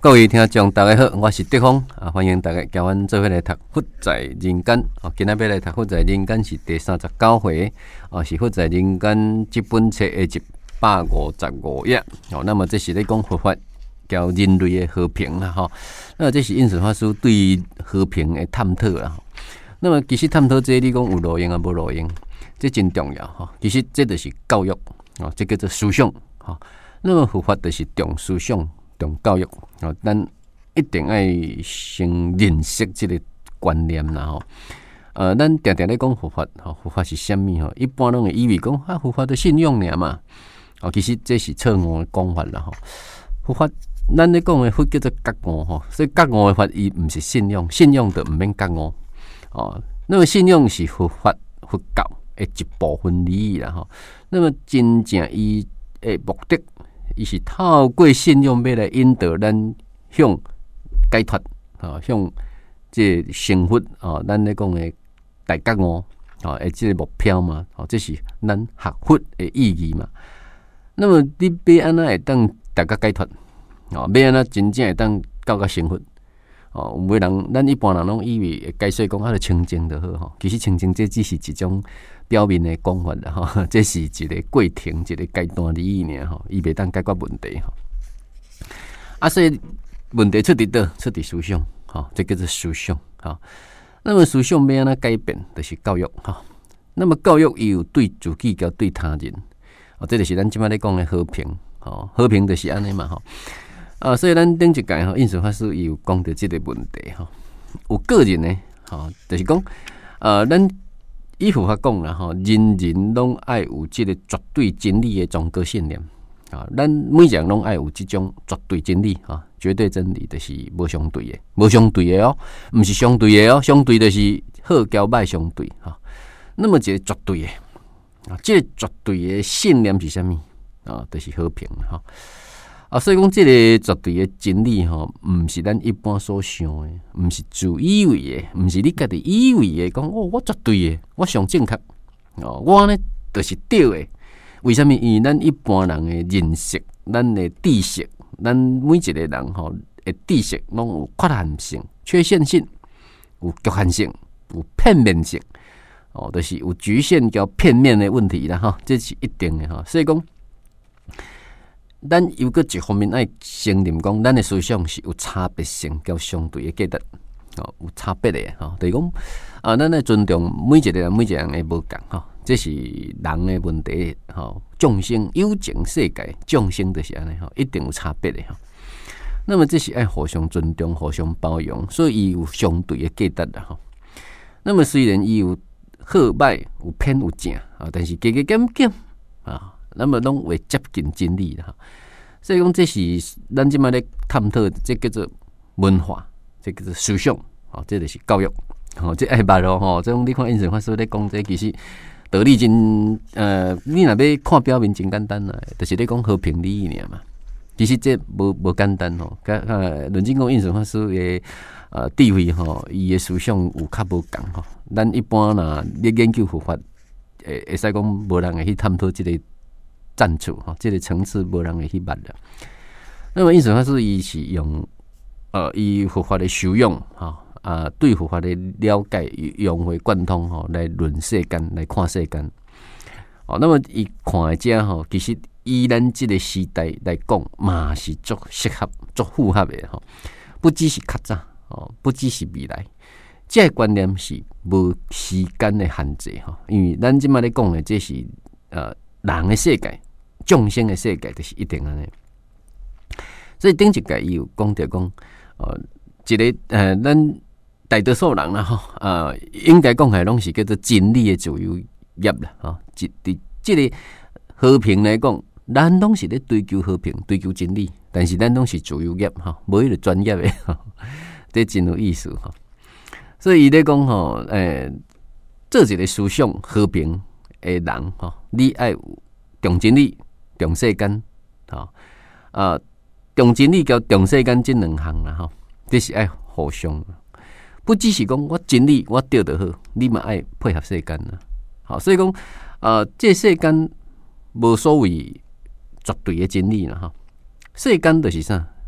各位听众，大家好，我是德峰啊，欢迎大家交阮做伙来读《佛在人间》啊。今仔要来读《佛在人间》是第39回啊，是《佛在人间》这本册的155页哦。那么这是咧讲佛法交人类的和平啦吼。那这是印顺法师对和平的探讨啦。那么其实探讨这你讲有路用啊，无路用，这真重要哈。其实这就是教育啊，这叫做思想哈。那么佛法就是重思想。重教育哦，咱一定要先认识这个观念啦吼。咱常常咧讲佛法吼，佛法是啥物吼？一般拢会以为讲啊，佛法的信仰尔嘛。哦，其实这是错误的讲法啦吼。佛法咱咧讲的佛叫做觉悟吼，所以觉悟的法伊毋是信仰，信仰就毋免觉悟哦。那么信仰是佛法佛教的一部分而已啦吼。那么真正伊的目的。伊是透过信仰要来引导咱向解脱啊，向这成佛啊，咱咧讲的大觉悟啊，这个目标嘛，哦，这是咱学佛的意义嘛。那么你要安怎会当大家解脱啊？要安怎真正会当到个成佛？哦，有的人，咱一般人拢以为解释讲啊，清净就好吼。其实清净这只是一种表面的讲法啦吼，这是一个过程，一个阶段而已尔吼，伊袂当解决问题吼。啊，所以问题出伫倒？出伫思想吼，这叫做思想吼。那么思想要安怎改变，就是教育吼。那么教育伊有对自己甲对他人，哦，这就是咱即摆咧讲的和平吼。和平就是安尼嘛吼。啊，所以咱顶一届吼，印顺法师伊有讲到即个问题吼。有个人呢，吼，就是讲，咱依佛法讲啦吼，人人拢爱有即个绝对真理的宗教信念啊。咱每一个人拢爱有即种绝对真理啊，绝对真理就是无相对的，无相对的哦，毋是相对的哦，相对就是好交歹相对哈。那么一个绝对的啊，即个绝对的信念是啥物啊？就是和平哈。啊，所以讲，这个绝对的真理吼，毋是咱一般所想的，毋是自以为的，毋是你家己以为的，讲哦，我绝对的，我上正确哦，我呢就是对的。为什么？因为咱一般人的认识，咱的知识，咱每一个人吼的知识，拢有缺陷性、缺陷性，有局限性，有片面性，哦，就是有局限叫片面的问题啦，哈，这是一定的哈。所以讲。咱有个一方面爱承认讲，咱的思想是有差别性，叫相对的价值，哦，有差别的吼。就是讲啊，咱来尊重每一个人，每一个人的无共吼，这是人的问题吼。众生有情世界，众生就是安尼吼，一定有差别的吼。那么这是爱互相尊重、互相包容，所以伊有相对的价值啦吼。那么虽然伊有好歹、有偏有正啊，但是加减减啊。那么拢会接近真理啦，所以讲这是咱即摆咧探讨，这叫做文化，这叫做思想，哦，这就是教育，哦，这爱捌咯吼。这种你看印顺法师咧讲，这其实道理真你若要看表面真简单啦，就是咧讲和平理义尔嘛。其实这无简单吼，论真讲印顺法师的智慧吼，伊的思想有较无共吼。咱一般若咧研究佛法，会使讲无人会去探讨这个。赞处哈，这个层次无人会去捌的。那么印顺法师伊是用以佛法的修养哈对佛法的了解融会贯通哈来论世间来看世间。哦，那么伊看的遮吼，其实以咱这个时代来讲，嘛是足适合、足符合的哈。不只是较早哦，不只是未来，这个观念是无时间的限制哈。因为咱即摆咧讲的，这是人的世界。众生的世界就是一定安尼，所以顶一届伊有讲着讲，一个咱大多数人啦吼，应该讲系拢是叫做真理的自由业啦，吼，即个和平来讲，咱拢是咧追求和平、追求真理，但是咱拢是自由业吼，无迄个专业的吼，这真有意思吼。所以伊咧讲吼，做一个思想和平的人吼，你爱有重真理。重世间，重真理交重世间这两项啦，吼，这是爱互相，不只是讲我真理我对就好，你嘛爱配合世间啦，好，所以讲，这世间无所谓绝对的真理啦，哈，世间就是啥？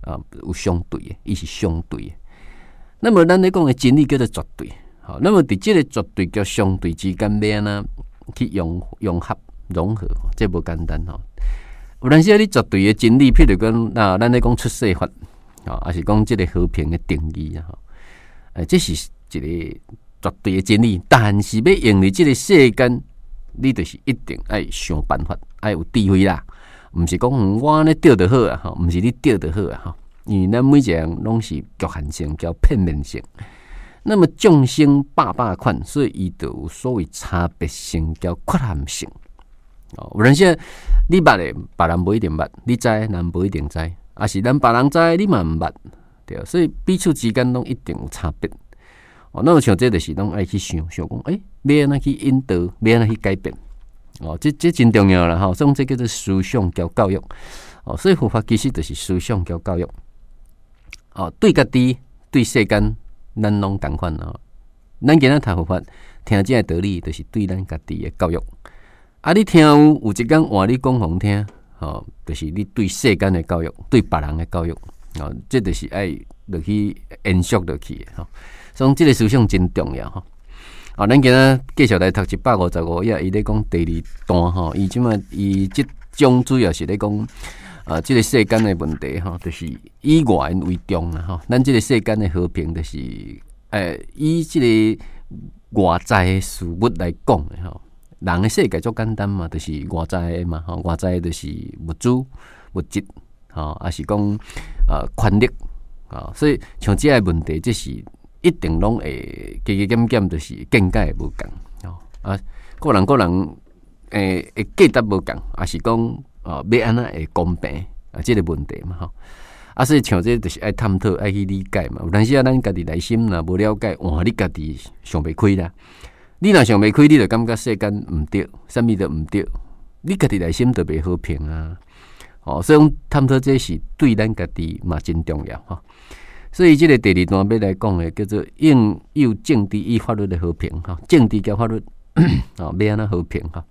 有相对的，伊是相对的。那么咱咧讲的真理叫做绝对，好，那么伫即个绝对叫相对之间要安怎去融合融合，这无简单吼。有阵时你绝对的真理，譬如讲咱咧讲出世法，还是讲即个和平的定义啊，这是一个绝对的真理，但是要用伫即个世间，你就是一定爱想办法，爱有智慧啦。毋是讲我安尼对就好啊，吼，毋是你对就好啊，吼。因为咱每一个人拢是局限性，叫片面性。那么众生百款，所以伊就有所谓差别性，叫缺陷性。有阵时你捌的，别人无一定捌；你知，人无一定知；啊是咱别人知，你嘛毋捌，对。所以彼此之间拢一定有差别。那么像这就是拢爱去想讲，要安怎去引导，要安怎去改变。这真重要啦，吼。所以这叫做思想交教育。所以佛法其实就是思想交教育。对家己、对世间，咱拢同款哦。咱今仔读佛法，听这个道理，就是对咱家己的教育。你听有一天换你讲互听，就是你对世间的教育，对别人的教育，这就是爱落去延续落去的吼。所以这个思想真重要吼。咱今仔继续来读155页，伊咧讲第二段吼，伊即种主要是咧讲。这个世间的问题哈，就是以外人为重啦哈。咱这个世间的和平，就是以这个外在的事物来讲的哈。人的世界足简单嘛，就是外在的嘛哈，外在的就是物质、物质哈，还是讲权力啊。所以像这个问题，这是一定拢会加减，就是见解无共啊。个人会价值无共，还是讲。要安怎会公平这个问题嘛吼，所以像这就是爱探讨、爱去理解嘛。有阵时咱家己内心若无了解，你家己想袂开啦。你若想袂开，你就感觉世间毋对，啥物都毋对，你家己内心就袂和平啊。所以探讨这是对咱家己嘛真重要吼。所以这个第二段要来讲的叫做应有政治与法律的和平哈，政治甲法律要安怎和平哈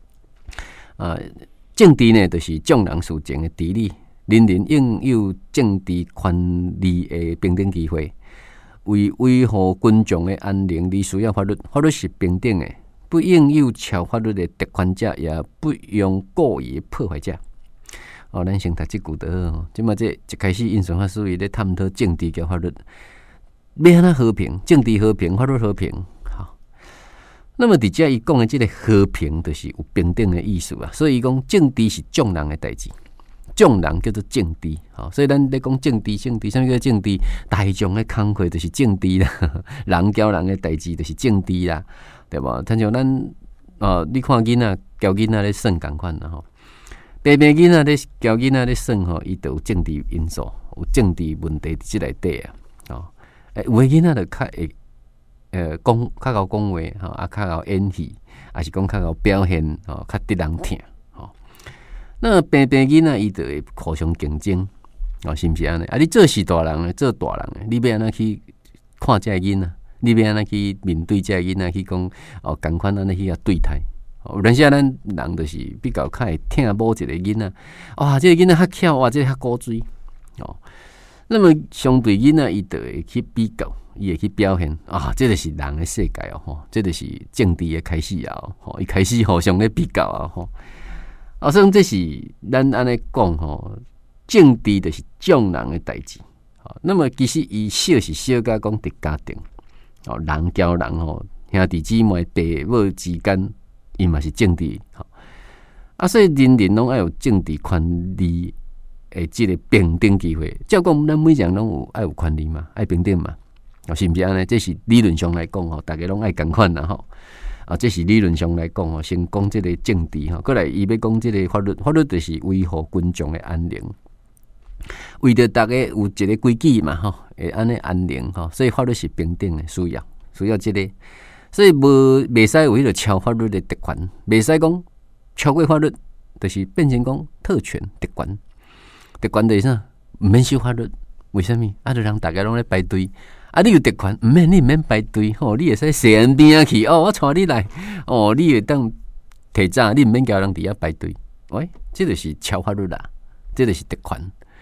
政治呢，就是众人事情的治理，人人应有政治权利的平等机会。为维护群众的安宁，你需要法律，法律是平等的，不应有超法律的特权者，也不用故意破坏者。咱先读这句就好。即嘛，这一开始印象法师伊咧探讨政治甲法律，要安怎和平？政治和平，法律和平。那么伫遮伊讲的这个和平，就是有平等的意思啊。所以伊讲政治是众人的代志，众人叫做政治。所以咱咧讲政治，什么叫政治？大众的工课就是政治啦，人交人的代志就是政治啦，对无？像咱你看囡仔教囡仔咧算共款啦吼，爸爸囡仔咧教囡仔咧算吼，伊就有政治因素，有政治问题伫即内底啊。有诶囡仔就较会。较会讲话较会演戏，还是讲较会表现较得人听那平囡仔伊就会互相竞争是毋是安尼？你做是大人的，做大人的，你要安怎去看这囡仔？你要安怎去面对这囡仔？去讲共款安尼去对待？有阵时咱人就是比较较会听某一个囡仔，这个囡仔较巧，这个较古锥那么相对囡仔伊就会去比较。伊会去表现这就是人的世界这就是政治的开始伊开始互相咧比较所以这是咱安尼讲政治就是众人的代志那么其实伊小是小甲讲伫家庭人交人兄弟姊妹爸母之间，伊嘛是政治所以人人拢爱有政治权利的即个平等机会。照讲，咱每个人拢有爱有权利嘛，爱平等嘛。是毋是安尼？这是理论上来讲大家拢爱共款啦这是理论上来讲先讲这个政治过来伊要讲这个法律，法律就是维护群众的安宁，为着大家有一个规矩嘛会安尼安宁所以法律是平等的，需要这个，所以袂使有迄个超法律的特权，袂使讲超过法律，就是变成讲特权特权。特权就是啥？毋免守法律，为什么？就让大家拢咧排队。你有特权，你毋免排队你会使坐人边去我带你来你会当提早，你毋免叫人伫遐排队。喂，这就是超法律啦，这就是特权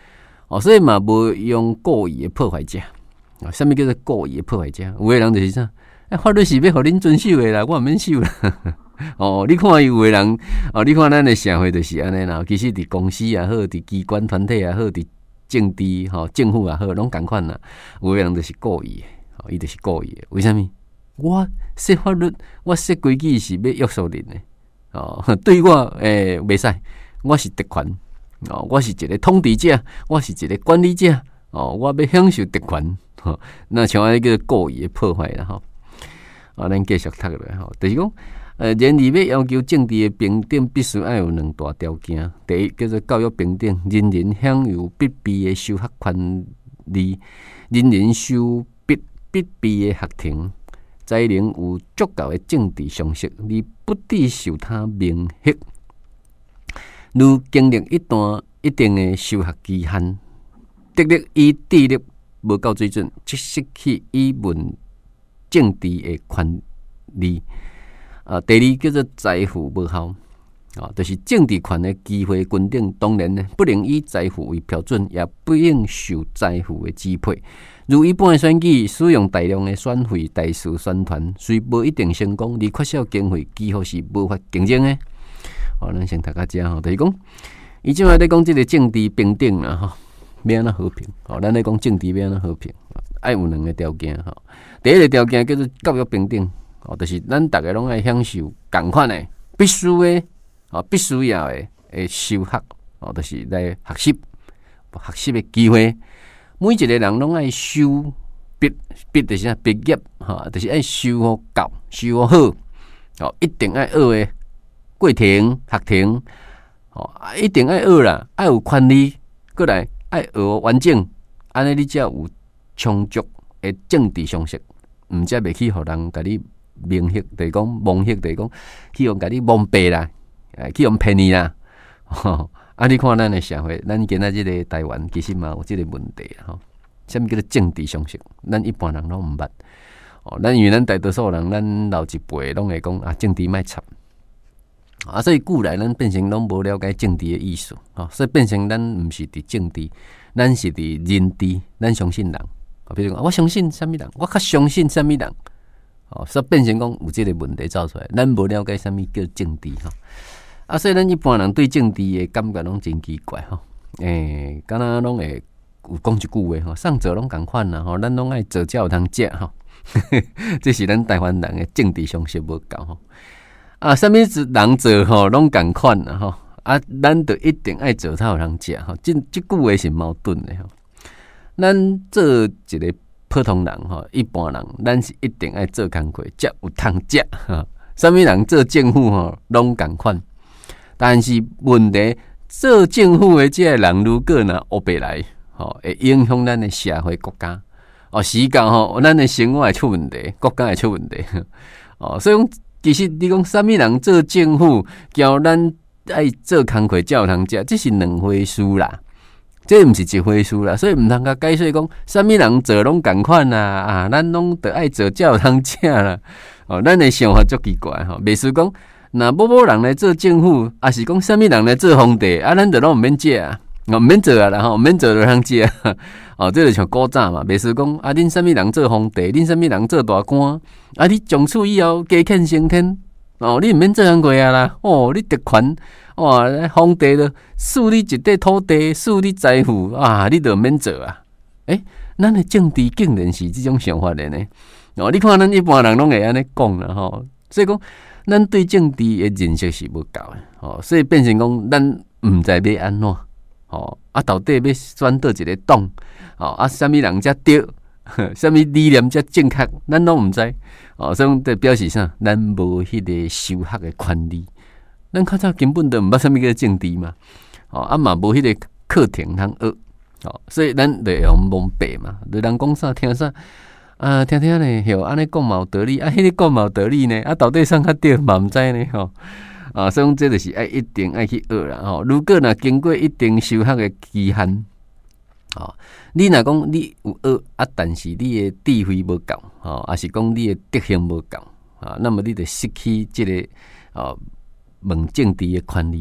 所以嘛无用故意的破坏者。什么叫做故意的破坏者？有的人就是啥？法律是要互恁遵守的啦，我毋免守啦。你看有的人，你看咱的社会就是安尼啦。其实伫公司也好，伫机关团体也好，伫政治政府也好，拢共款啦。有的人就是故意的，伊就是故意的。为什么？我设法律，我设规矩是要约束恁的。对我袂使，我是特权。我是一个统治者，我是一个管理者。我要享受特权。那像安尼叫故意的破坏啦。咱继续读落就是讲。然而要要求政治的平等，必须要有两大条件。第一叫做教育平等，人人享有必备的修学权利，人人受必备的学庭，才能有足够的政治常识，而不致受他明黑。如经历一定的修学期限，得力以智力无够水准，即失去以问政治的权利。第二叫做财富无效，就是政治权的机会均等，当然呢，不能以财富为标准，也不应受财富的支配。如一般的选举，使用大量的选费、大肆宣传，虽无一定成功，而缺少经费，几乎是无法竞争的。咱先读到这就是讲，伊即摆咧讲即个政治平等啦，要安怎和平？咱咧讲政治要安怎和平？爱有两个条件第一个条件叫做教育平等。就是咱大家拢爱享受共款的必须的必须要的修学就是来学习的机会。每一个人拢爱修毕就是毕业就是爱修好教修好一定爱学的过程学程一定爱学啦，爱有权利，过来爱学完整，安尼你才有充足的政治常识，毋则袂去互人甲你。明黑就是讲蒙黑，就是讲去用甲你蒙蔽啦，去用骗你啦。你看咱的社会，咱今仔日个台湾其实嘛有即个问题什么叫做政治常识？咱一般人拢毋捌。咱因为咱大多数人，咱老一辈拢会讲政治莫插。所以古来咱变成拢无了解政治的意思。所以变成咱毋是伫政治，咱是伫人治，咱相信人。比如讲，我相信什么人，我较相信什么人。所以变成讲有这个问题走出来，咱无了解什么叫政治所以咱一般人对政治的感觉拢真奇怪敢若拢会有讲一句话上者拢共款啦咱拢爱做才有通食这是咱台湾人的政治常识无够什么人做拢共款啦咱就一定爱做才有通食这句话是矛盾的咱做一个。普通人一般人，咱是一定爱做工课，才有通食什么人做政府拢共款，但是问题做政府的这个人，如果若黑白来，会影响咱的社会国家。时间咱的生活会出问题，国家会出问题。所以讲，其实你讲什么人做政府，叫咱爱做工课才有通食，这是两回事啦。这毋是一回事啦，所以毋通甲解释讲，啥物人做拢共款啦咱拢得爱做才有通食啦。咱的想法足奇怪袂输讲，若某人来做政府，也是讲啥物人来做皇帝咱就拢毋免食毋免做啦毋免做就通食这就像古早嘛，袂输讲恁啥物人做皇帝，恁啥物人做大官你从此以后加欠升天你毋免做工课啦你特权。皇帝就赐你一块土地，赐你财富你就免做咱的政治竟然是这种想法的呢？你看咱一般人拢会安尼讲啦所以讲咱对政治的认识是无够的所以变成讲咱毋知要安怎到底要选倒一个党什么人才对，什么理念才正确，咱拢毋知所以就表示啥？咱无迄个修学的权利。咱较早根本就毋捌啥物叫政治嘛，嘛无迄个课程通学，所以咱就用蒙蔽嘛，就人讲啥听啥，听咧，安尼讲嘛有道理，迄个讲嘛有道理呢，到底啥较对嘛毋知呢所以讲这就是一定爱去学啦如果若经过一定修学的期限，你若讲你有学但是你的智慧无够还是讲你的德行无够那么你就失去这个问政治的权利啦，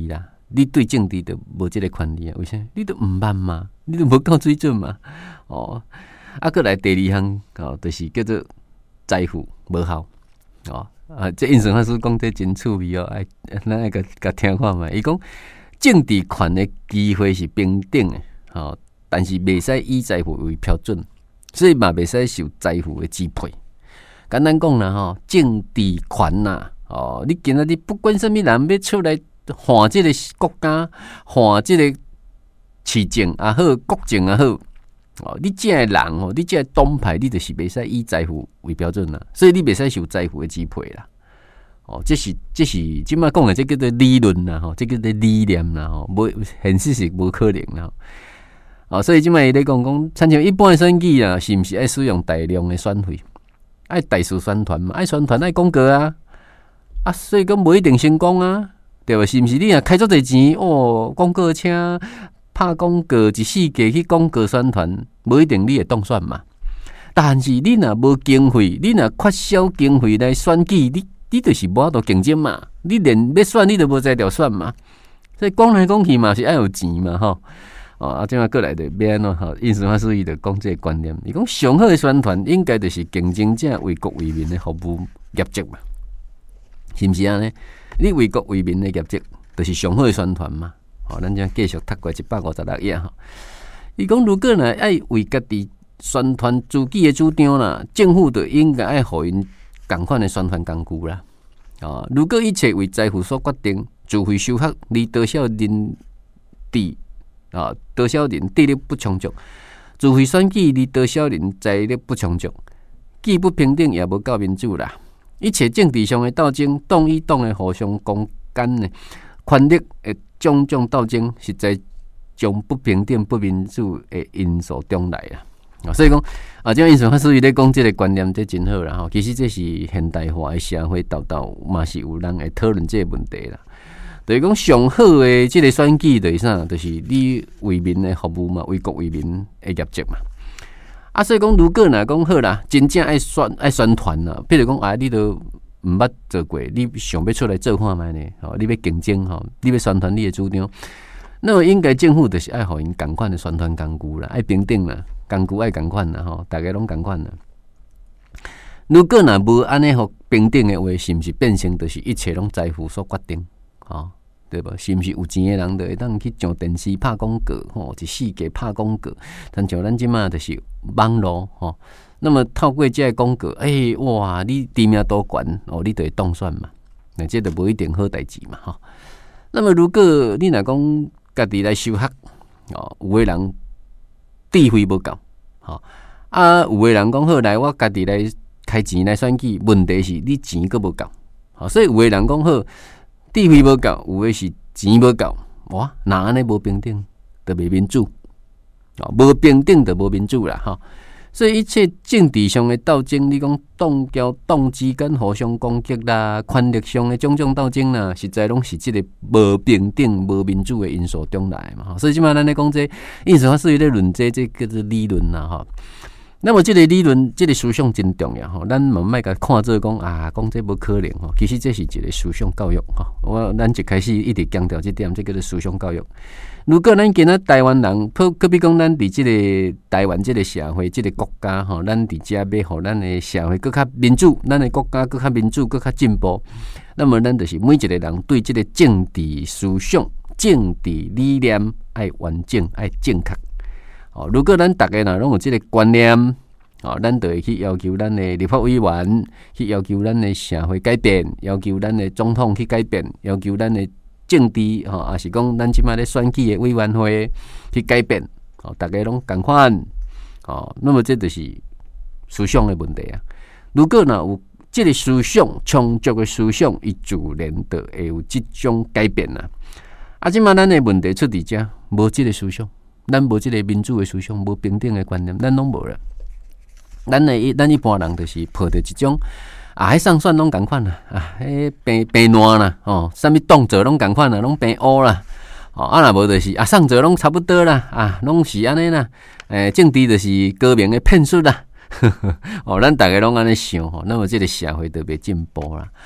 你对政治就无即个权利啊？为啥？你都毋捌嘛，你都无够水准嘛。哦，过来第二项就是叫做财富无效。这印象法师讲这真趣味哦，咱爱甲听看嘛。伊讲政治权的机会是平等的，但是袂使以财富为标准，所以嘛袂使受财富的支配。简单讲啦，政治权啦，你今仔日不管什么人要出来换这个国家，换这个市政也好，国政也好，你这个人你这个党派，你就是袂使以财富为标准啦，所以你袂使受财富的支配啦。这是即摆讲的，这叫做理论啦，这叫做理念啦，无现实是无可能啦。所以即摆咧讲，参像一般的选举啊，是毋是爱使用大量的选费？爱大肆宣传嘛，爱宣传爱广告啊，所以讲无一定成功啊，对吧？是毋是？你若开足侪钱广告车拍广告一世纪去广告宣传，无一定你会当选嘛。但是你若无经费，你若缺少经费来选举，你就是无法度竞争嘛。你连要选你都无才调选嘛。所以讲来讲去嘛是爱有钱嘛吼。即摆过来就变咯吼，印象法师伊就讲这个观念，伊讲上好的宣传应该就是竞争者为国为民的服务业绩嘛，是毋是安尼？你为国为民的业绩，就是上好的宣传嘛。咱将继续读过156页吼。伊讲如果若爱为家己宣传自己的主张啦，政府就应该爱互因同款的宣传工具啦。如果一切为财富所决定，自费收学离多少人地。多少人地力不充足，自费选举离多少人财力不充足，既不平等也无够民主啦。一切政治上的斗争，党与党的互相攻干的权力的种种斗争，实在将不平等、不民主的因素中来啦。所以讲这印象法师伊咧讲这个观念，这真好啦。其实这是现代化的社会斗斗，嘛是有人会讨论这个问题啦。就是讲上好的这个选举就是啥？就是你为民的服务嘛，为国为民的业绩嘛。所以讲如果若讲好啦，真正爱宣传啦，比如讲你都毋捌做过，你想要出来做看卖呢？你要竞争你要宣传你的主张，那么应该政府就是爱互因同款的宣传工具啦，爱平等啦，工具爱同款啦，大家拢同款啦。如果若无安尼互平等的话，是毋是变成就是一切拢财富所决定？对吧？是毋是有钱的人就会当去上电视拍广告？一世纪拍广告，但像咱即马就是网络那么透过这个广告，哇，你知名度悬你就会当选嘛？那这就无一定好代志嘛那么如果你若讲家己来修学有的人智慧无够有的人讲好来，我家己来开钱来选举，问题是你钱佫无够所以有的人讲好。智慧无够，有的是钱无够，哇！那安尼无平等，就袂民主。无平等就无民主啦，所以一切政治上的斗争，你讲党交党之间互相攻击啦，权力上的种种斗争啦，实在拢是这个无平等、无民主的因素中来嘛。所以即摆咱咧讲这，印象法师咧论这叫做理论啦，那么这个理论，这个思想真重要咱慢慢甲看做讲讲这无可能其实这是一个思想教育咱一开始一直强调这点，这叫做思想教育。如果咱今仔台湾人，可比讲咱伫这个台湾这个社会、这个国家咱伫遮要互咱的社会更较民主，咱的国家更较民主、更较进步，那么咱就是每一个人对这个政治思想、政治理念爱完整、爱正确。如果咱大家若拢有这个观念，咱就会去要求咱的立法委员，去要求咱的社会改变，要求咱的总统去改变，要求咱的政治也是讲咱即摆咧选举的委员会去改变，大家拢同款，那么这就是思想的问题啊。如果若有这个思想充足的思想，伊自然就会有这种改变啦。即摆咱的问题出伫遮，无这个思想。咱无即个民主的思想，无平等的观念，咱拢无啦。咱一般人就是抱着一种迄上选拢共款啦，平烂啦，啥物动作拢共款啦，拢平乌啦，若无就是上做拢差不多啦，拢是安尼啦，政治就是高明的骗术啦，咱大家拢安尼想那么这个社会就袂进步啦。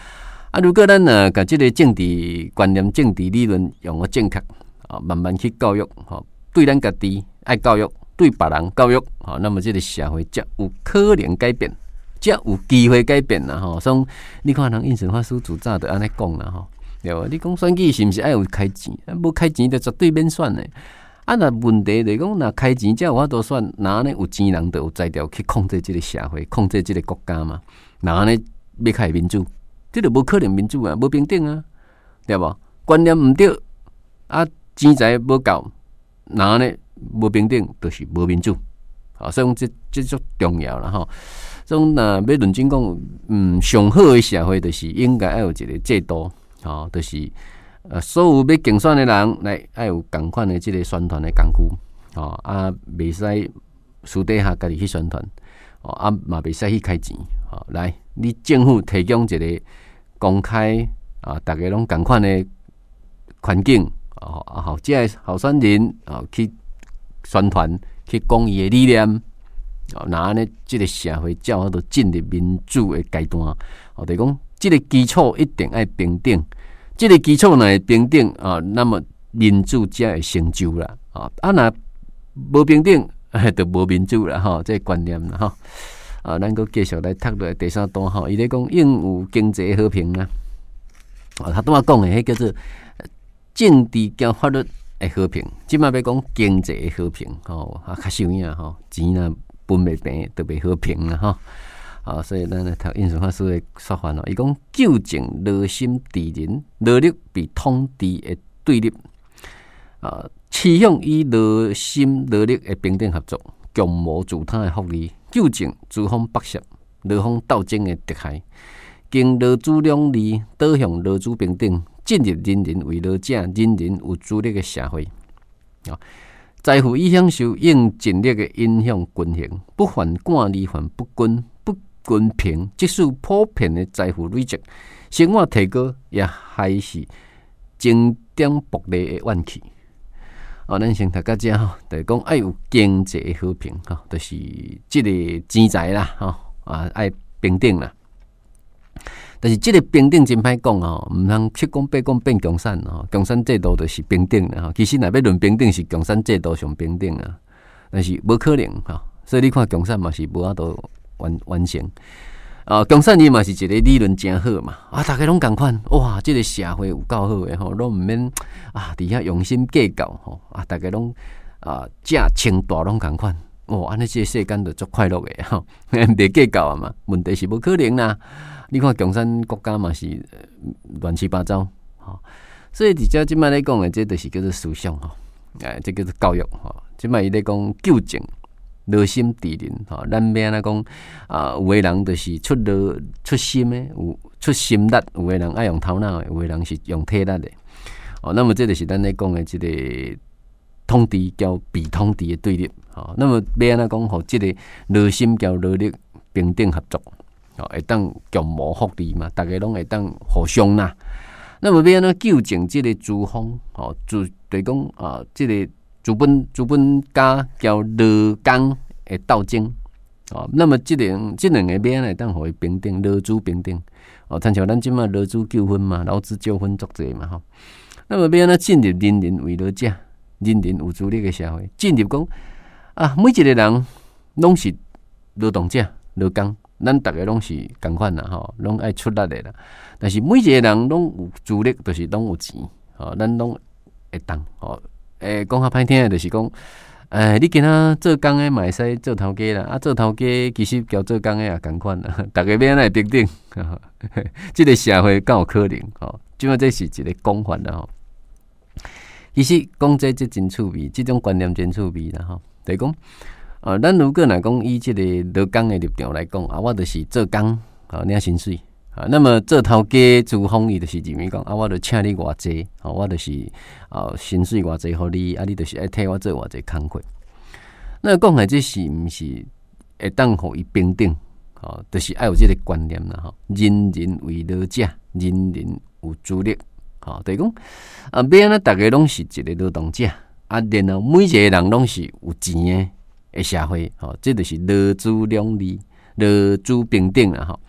如果咱甲即个政治观念、政治理论用个正确慢慢去教育对咱家己爱教育，对别人教育那么即个社会才有可能改变，才有机会改变啦所以你看人应成法师自早就安尼讲啦对吧？你讲选举是毋是爱有开钱？无开钱就绝对免选的。若问题就是讲，若开钱才有法度选，那安尼有钱人就有才调去控制即个社会，控制即个国家嘛。那安尼要开民主，这就无可能民主啊，无平等啊，对无？观念毋对钱财无够，那安尼无平等，就是无民主。所以讲这足重要啦所以若要论证讲，上好的社会就是应该要有一个制度。就是所有要竞选的人来要有同款的这个宣传的工具袂使私底下家己去宣传嘛袂使去开钱来，你政府提供一个公开大家拢同款的环境这个候选人去宣传去讲伊的理念那安尼这个社会才有法度进入民主的阶段就是讲这个基础一定要平等，这个基础若会平等那么民主才会成就啦若无平等就无民主啦这个观念啦咱阁继续来读落第三段伊咧讲应有经济和平啦他拄仔讲的迄叫做政治兼法律的和平，即摆要讲经济的和平较受影钱若分袂平就袂和平啦所以咱来读印顺法师的说法伊讲究竟热心敌人，热力比统治的对立趋向于热心热力的平等合作，共谋自他的福利，究竟诸方剥削、两方斗争的敌害，经劳资两利导向劳资平等，进入人人为劳者、人人有资力的社会财富与享受应尽力的影响均衡，不犯惯例，犯不均平，即使普遍的财富累积，生活提高也还是争点薄利的怨气。咱先读到这就是讲爱有经济和平就是即个钱财啦爱平等啦。但是即个平等真歹讲毋通七讲八讲变共产共产制度就是平等啦其实若要论平等是共产制度上平等啊，但是无可能所以你看共产嘛是无法度完成共产伊嘛是一个理论真好嘛大家拢同款哇，这个社会有够好诶拢毋免伫遐用心计较大家拢正清大拢同款安尼这个世间就足快乐诶袂计较嘛，问题是无可能啦。你看共产国家嘛是乱七八糟所以伫遮即摆咧讲诶，这就是叫做思想这叫做教育即摆伊咧讲究竟热心敌人咱要安怎讲有诶人就是出心诶，有出心力；有诶人爱用头脑诶，有诶人是用体力诶那么这就是咱咧讲诶即个统治交被统治诶对立那么要安怎讲互即个热心交热力平等合作会当共谋福利嘛，大家拢会当互相啦。那么要安怎纠正即个资方就是讲即个资本家交劳工的斗争那么即两个要安怎当互伊平等，劳资平等参照咱即马劳资纠纷嘛，劳资纠纷足侪嘛那么要安怎进入人人为劳者、人人有资力的社会，进入讲每一个人拢是劳动者、劳工。咱大家拢是同款啦拢爱出力的啦。但是每一个人拢有资力，就是拢有钱咱拢会当讲较歹听的，就是讲你今仔做工的嘛会使做头家啦，做头家其实交做工的也同款啦，大家要安怎平等这个社会敢有可能即摆这是一个讲法啦其实讲这真趣味，这种观念真趣味啦就是讲咱如果来讲以这个劳工的立场来讲我就是做工领薪水那么做头家资方伊就是认为讲我就请你偌济我就是薪水偌济互你你就是爱替我做偌济工课。那讲起这是毋是会当互伊平等就是爱有这个观念啦人人为劳者，人人有资力就是讲要安怎大家拢是一个劳动者然后每一个人拢是有钱的社会这就是劳资两利、劳资平等啦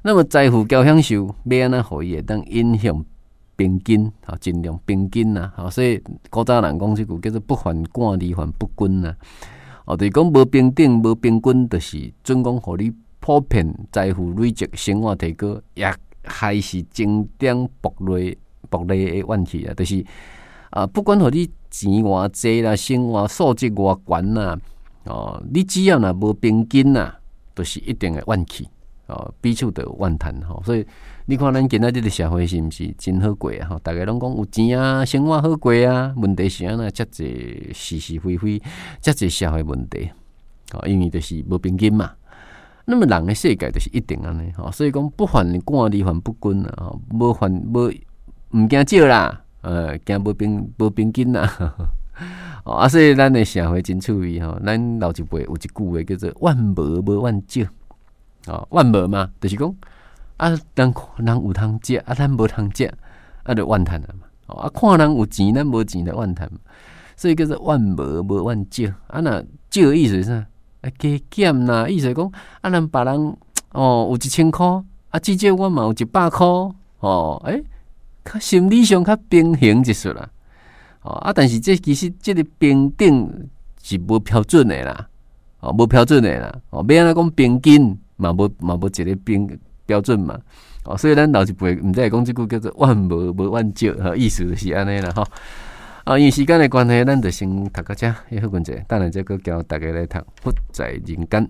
那么财富交享受要安怎互伊会当影响平均，尽量平均呐，所以古早人讲即句叫做不患寡而患不均呐。就是讲无平等、无平均，就是准讲互你普遍财富累积、生活提高，也还是增长薄利的怨气啊。就是不管互你钱偌济啦，生活素质偌悬啦，你只要若无平均呐，就是一定的怨气。彼此都有怨叹吼，所以你看咱今仔日的社会是毋是真好过啊？大家拢讲有钱啊，生活好过啊。问题是安那遮济是是非非，遮济社会问题，因为就是无平均嘛。那么人的世界就是一定安尼，所以讲不患寡而患不均啊，无毋惊少啦，惊无平均啦。所以咱的社会真趣味吼，咱老一辈有一句话叫做万无无万少。万无嘛，就是讲人有通食，咱无通食，就怨叹了嘛。看人有钱，咱无钱就怨叹嘛。所以叫做万无无万少。若少的意思是啥？加减啦，意思讲咱别人有1000块，至少我嘛有100块。较心理上较平衡一丝啦。但是其实这个平等是无标准的啦，无标准的啦。要安怎讲平均？嘛无一个标准嘛，所以咱老一辈毋知讲即句叫做万无无万少，意思就是安尼啦吼。因为时间的关系，咱就先读到这，好，阮者，等下再搁交大家来读《佛在人间》。